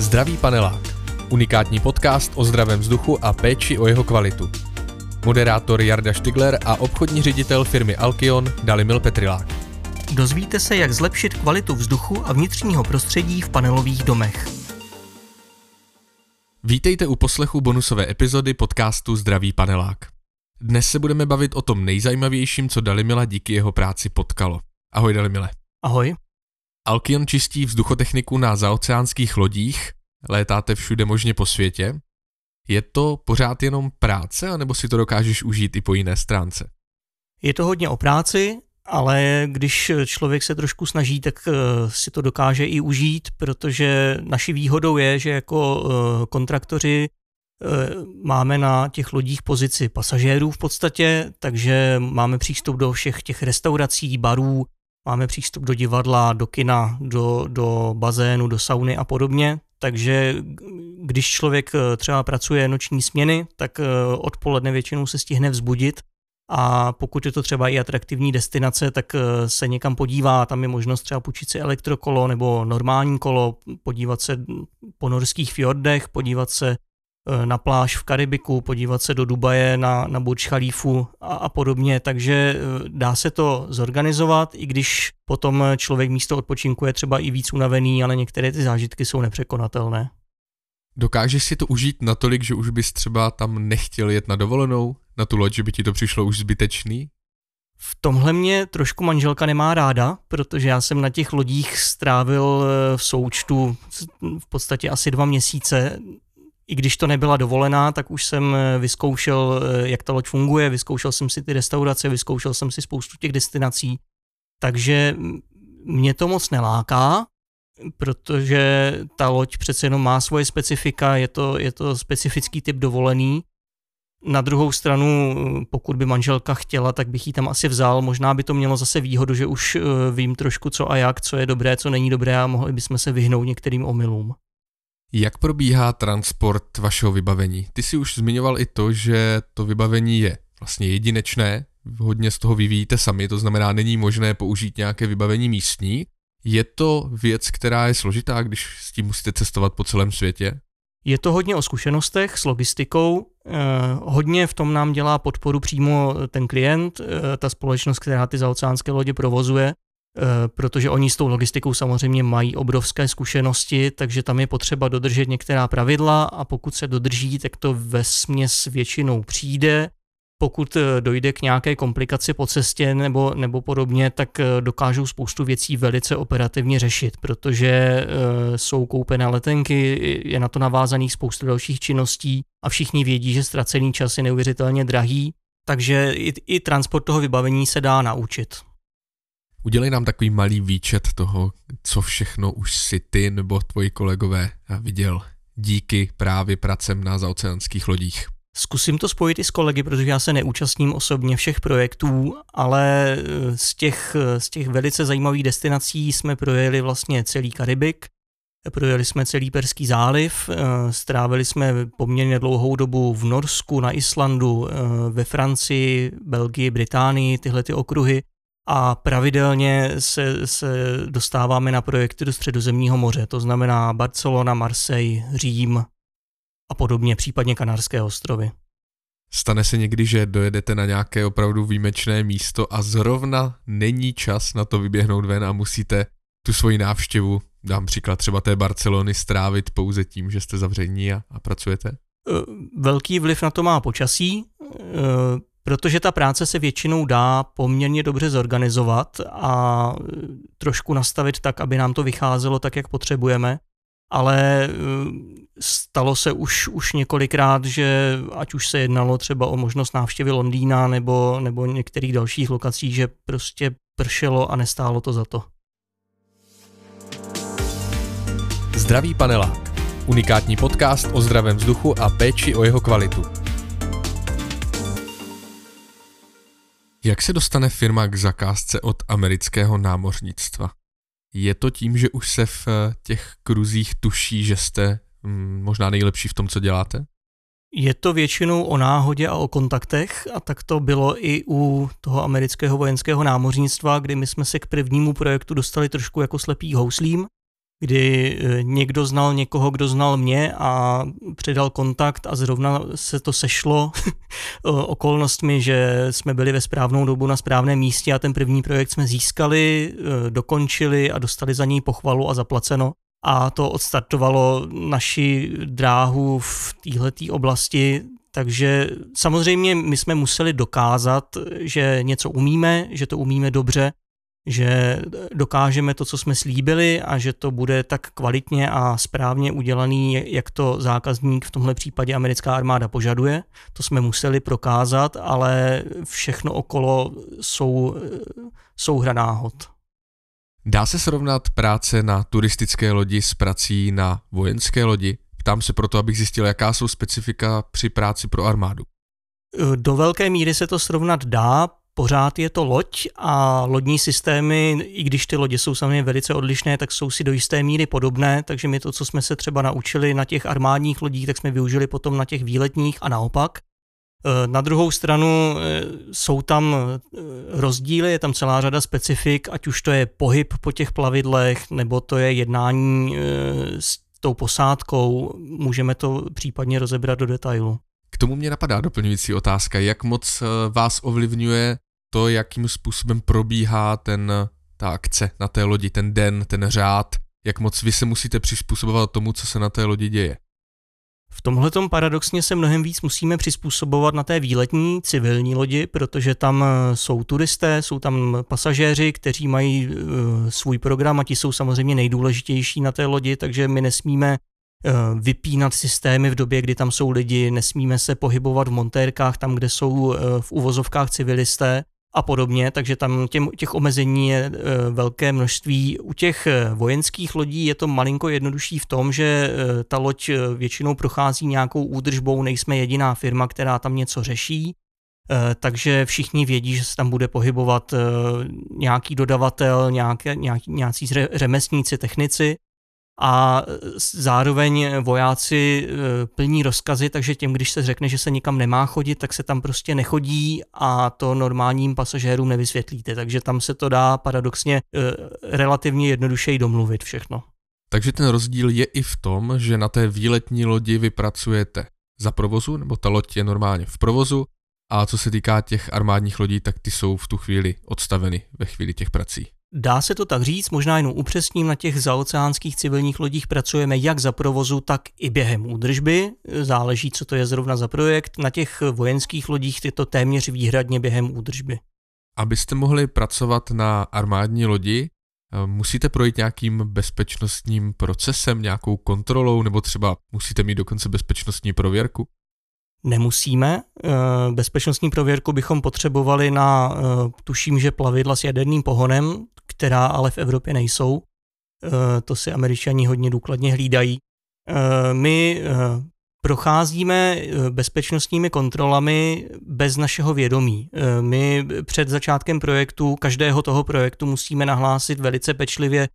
Zdravý panelák. Unikátní podcast o zdravém vzduchu a péči o jeho kvalitu. Moderátor Jarda Štigler a obchodní ředitel firmy Alkion Dalibor Petrilák. Dozvíte se, jak zlepšit kvalitu vzduchu a vnitřního prostředí v panelových domech. Vítejte u poslechu bonusové epizody podcastu Zdravý panelák. Dnes se budeme bavit o tom nejzajímavějším, co Dalibora díky jeho práci potkalo. Ahoj Dalibore. Ahoj. Alkion čistí vzduchotechniku na zaoceánských lodích, létáte všude možně po světě. Je to pořád jenom práce, anebo si to dokážeš užít i po jiné stránce? Je to hodně o práci, ale když člověk se trošku snaží, tak si to dokáže i užít, protože naší výhodou je, že jako kontraktoři máme na těch lodích pozici pasažérů v podstatě, takže máme přístup do všech těch restaurací, barů, máme přístup do divadla, do kina, do bazénu, do sauny a podobně. Takže když člověk třeba pracuje noční směny, tak odpoledne většinou se stihne vzbudit a pokud je to třeba i atraktivní destinace, tak se někam podívá, tam je možnost třeba půjčit si elektrokolo nebo normální kolo, podívat se po norských fjordech, podívat se na pláž v Karibiku, podívat se do Dubaje na Burj Khalifu a podobně, takže dá se to zorganizovat, i když potom člověk místo odpočinku je třeba i víc unavený, ale některé ty zážitky jsou nepřekonatelné. Dokážeš si to užít natolik, že už bys třeba tam nechtěl jet na dovolenou, na tu loď, že by ti to přišlo už zbytečný? V tomhle mě trošku manželka nemá ráda, protože já jsem na těch lodích strávil v součtu v podstatě asi 2 měsíce. I když to nebyla dovolená, tak už jsem vyzkoušel, jak ta loď funguje, vyzkoušel jsem si ty restaurace, vyzkoušel jsem si spoustu těch destinací, takže mě to moc neláká, protože ta loď přece jenom má svoje specifika, je to specifický typ dovolený. Na druhou stranu, pokud by manželka chtěla, tak bych ji tam asi vzal, možná by to mělo zase výhodu, že už vím trošku co a jak, co je dobré, co není dobré a mohli bychom se vyhnout některým omylům. Jak probíhá transport vašeho vybavení? Ty si už zmiňoval i to, že to vybavení je vlastně jedinečné, hodně z toho vyvíjíte sami, to znamená, není možné použít nějaké vybavení místní. Je to věc, která je složitá, když s tím musíte cestovat po celém světě? Je to hodně o zkušenostech s logistikou, hodně v tom nám dělá podporu přímo ten klient, ta společnost, která ty zaoceánské lodě provozuje, protože oni s tou logistikou samozřejmě mají obrovské zkušenosti, takže tam je potřeba dodržet některá pravidla a pokud se dodrží, tak to vesměs většinou přijde. Pokud dojde k nějaké komplikaci po cestě nebo podobně, tak dokážou spoustu věcí velice operativně řešit, protože jsou koupené letenky, je na to navázaných spoustu dalších činností a všichni vědí, že ztracený čas je neuvěřitelně drahý, takže i transport toho vybavení se dá naučit. Udělej nám takový malý výčet toho, co všechno už si ty nebo tvoji kolegové viděl díky právě pracem na zaoceánských lodích. Zkusím to spojit i s kolegy, protože já se neúčastním osobně všech projektů, ale z těch velice zajímavých destinací jsme projeli vlastně celý Karibik, projeli jsme celý Perský záliv, strávili jsme poměrně dlouhou dobu v Norsku, na Islandu, ve Francii, Belgii, Británii, tyhle ty okruhy. A pravidelně se dostáváme na projekty do Středozemního moře, to znamená Barcelona, Marseille, Řím a podobně, případně Kanárské ostrovy. Stane se někdy, že dojedete na nějaké opravdu výjimečné místo a zrovna není čas na to vyběhnout ven a musíte tu svoji návštěvu, dám příklad třeba té Barcelony, strávit pouze tím, že jste zavření a pracujete? Velký vliv na to má počasí, protože ta práce se většinou dá poměrně dobře zorganizovat a trošku nastavit tak, aby nám to vycházelo tak, jak potřebujeme, ale stalo se už několikrát, že ať už se jednalo třeba o možnost návštěvy Londýna nebo některých dalších lokací, že prostě pršelo a nestálo to za to. Zdravý panelák. Unikátní podcast o zdravém vzduchu a péči o jeho kvalitu. Jak se dostane firma k zakázce od amerického námořnictva? Je to tím, že už se v těch kruzích tuší, že jste možná nejlepší v tom, co děláte? Je to většinou o náhodě a o kontaktech a tak to bylo i u toho amerického vojenského námořnictva, kdy my jsme se k prvnímu projektu dostali trošku jako slepý k houslím kdy někdo znal někoho, kdo znal mě a předal kontakt a zrovna se to sešlo okolnostmi, že jsme byli ve správnou dobu na správném místě a ten první projekt jsme získali, dokončili a dostali za něj pochvalu a zaplaceno. A to odstartovalo naši dráhu v téhleté oblasti. Takže samozřejmě my jsme museli dokázat, že něco umíme, že to umíme dobře, že dokážeme to, co jsme slíbili a že to bude tak kvalitně a správně udělaný, jak to zákazník, v tomhle případě americká armáda, požaduje. To jsme museli prokázat, ale všechno okolo jsou hra náhod. Dá se srovnat práce na turistické lodi s prací na vojenské lodi? Ptám se proto, abych zjistil, jaká jsou specifika při práci pro armádu. Do velké míry se to srovnat dá, pořád je to loď a lodní systémy, i když ty lodě jsou samozřejmě velice odlišné, tak jsou si do jisté míry podobné, takže my to, co jsme se třeba naučili na těch armádních lodích, tak jsme využili potom na těch výletních a naopak. Na druhou stranu jsou tam rozdíly, je tam celá řada specifik, ať už to je pohyb po těch plavidlech, nebo to je jednání s tou posádkou, můžeme to případně rozebrat do detailu. K tomu mě napadá doplňující otázka, jak moc vás ovlivňuje to, jakým způsobem probíhá ta akce na té lodi, ten den, ten řád, jak moc vy se musíte přizpůsobovat tomu, co se na té lodi děje. V tomhletom paradoxně se mnohem víc musíme přizpůsobovat na té výletní civilní lodi, protože tam jsou turisté, jsou tam pasažéři, kteří mají svůj program a ti jsou samozřejmě nejdůležitější na té lodi, takže my nesmíme vypínat systémy v době, kdy tam jsou lidi, nesmíme se pohybovat v montérkách tam, kde jsou v uvozovkách civilisté a podobně, takže tam těch omezení je velké množství. U těch vojenských lodí je to malinko jednodušší v tom, že ta loď většinou prochází nějakou údržbou, nejsme jediná firma, která tam něco řeší, takže všichni vědí, že se tam bude pohybovat nějaký dodavatel, nějací řemeslníci, technici a zároveň vojáci plní rozkazy, takže těm, když se řekne, že se nikam nemá chodit, tak se tam prostě nechodí a to normálním pasažérům nevysvětlíte, takže tam se to dá paradoxně relativně jednodušeji domluvit všechno. Takže ten rozdíl je i v tom, že na té výletní lodi vy pracujete za provozu, nebo ta loď je normálně v provozu, a co se týká těch armádních lodí, tak ty jsou v tu chvíli odstaveny ve chvíli těch prací. Dá se to tak říct, možná jenom upřesním, na těch zaoceánských civilních lodích pracujeme jak za provozu, tak i během údržby, záleží, co to je zrovna za projekt. Na těch vojenských lodích je to téměř výhradně během údržby. Abyste mohli pracovat na armádní lodi, musíte projít nějakým bezpečnostním procesem, nějakou kontrolou, nebo třeba musíte mít dokonce bezpečnostní prověrku? Nemusíme. Bezpečnostní prověrku bychom potřebovali na, tuším, že plavidla s jaderným pohonem, která ale v Evropě nejsou. To si Američani hodně důkladně hlídají. My procházíme bezpečnostními kontrolami bez našeho vědomí. My před začátkem projektu, každého toho projektu musíme nahlásit velice pečlivě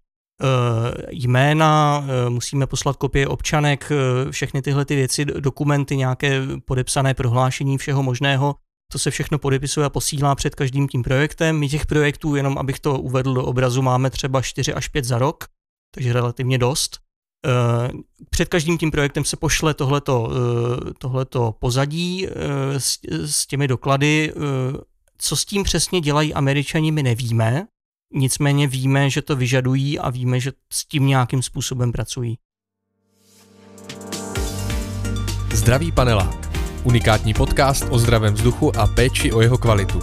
jména, musíme poslat kopie občanek, všechny tyhle ty věci, dokumenty, nějaké podepsané prohlášení všeho možného. To se všechno podepisuje a posílá před každým tím projektem. My těch projektů, jenom abych to uvedl do obrazu, máme třeba 4 až 5 za rok, takže relativně dost. Před každým tím projektem se pošle tohleto pozadí s těmi doklady. Co s tím přesně dělají Američani, my nevíme. Nicméně víme, že to vyžadují a víme, že s tím nějakým způsobem pracují. Zdravý panelák. Unikátní podcast o zdravém vzduchu a péči o jeho kvalitu.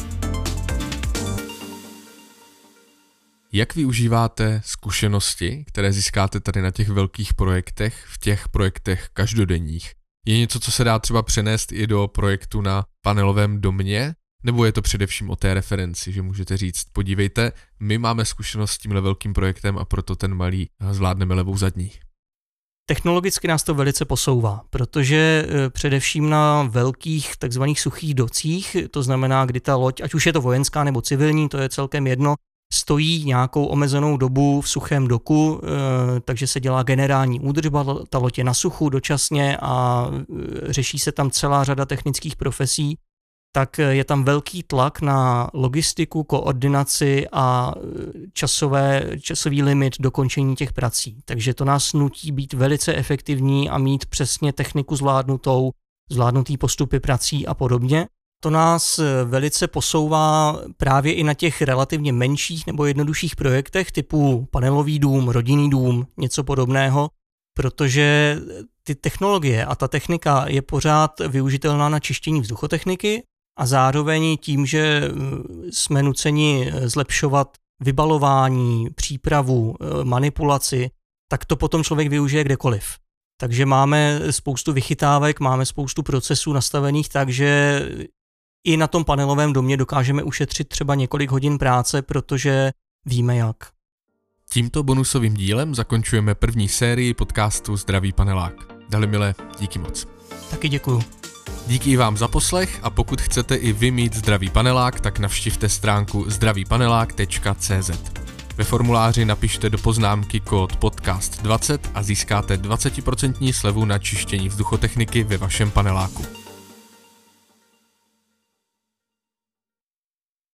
Jak využíváte zkušenosti, které získáte tady na těch velkých projektech, v těch projektech každodenních? Je něco, co se dá třeba přenést i do projektu na panelovém domě? Nebo je to především o té referenci, že můžete říct, podívejte, my máme zkušenost s tímhle velkým projektem a proto ten malý zvládneme levou zadní? Technologicky nás to velice posouvá, protože především na velkých takzvaných suchých docích, to znamená, kdy ta loď, ať už je to vojenská nebo civilní, to je celkem jedno, stojí nějakou omezenou dobu v suchém doku, takže se dělá generální údržba, ta loď je na suchu dočasně a řeší se tam celá řada technických profesí, tak je tam velký tlak na logistiku, koordinaci a časový limit dokončení těch prací. Takže to nás nutí být velice efektivní a mít přesně techniku zvládnutý postupy prací a podobně. To nás velice posouvá právě i na těch relativně menších nebo jednodušších projektech typu panelový dům, rodinný dům, něco podobného, protože ty technologie a ta technika je pořád využitelná na čištění vzduchotechniky a zároveň tím, že jsme nuceni zlepšovat vybalování, přípravu, manipulaci, tak to potom člověk využije kdekoliv. Takže máme spoustu vychytávek, máme spoustu procesů nastavených tak, že i na tom panelovém domě dokážeme ušetřit třeba několik hodin práce, protože víme jak. Tímto bonusovým dílem zakončujeme první sérii podcastu Zdravý panelák. Dalimile, díky moc. Taky děkuju. Díky i vám za poslech a pokud chcete i vy mít zdravý panelák, tak navštivte stránku zdravípanelák.cz. Ve formuláři napište do poznámky kód podcast20 a získáte 20% slevu na čištění vzduchotechniky ve vašem paneláku.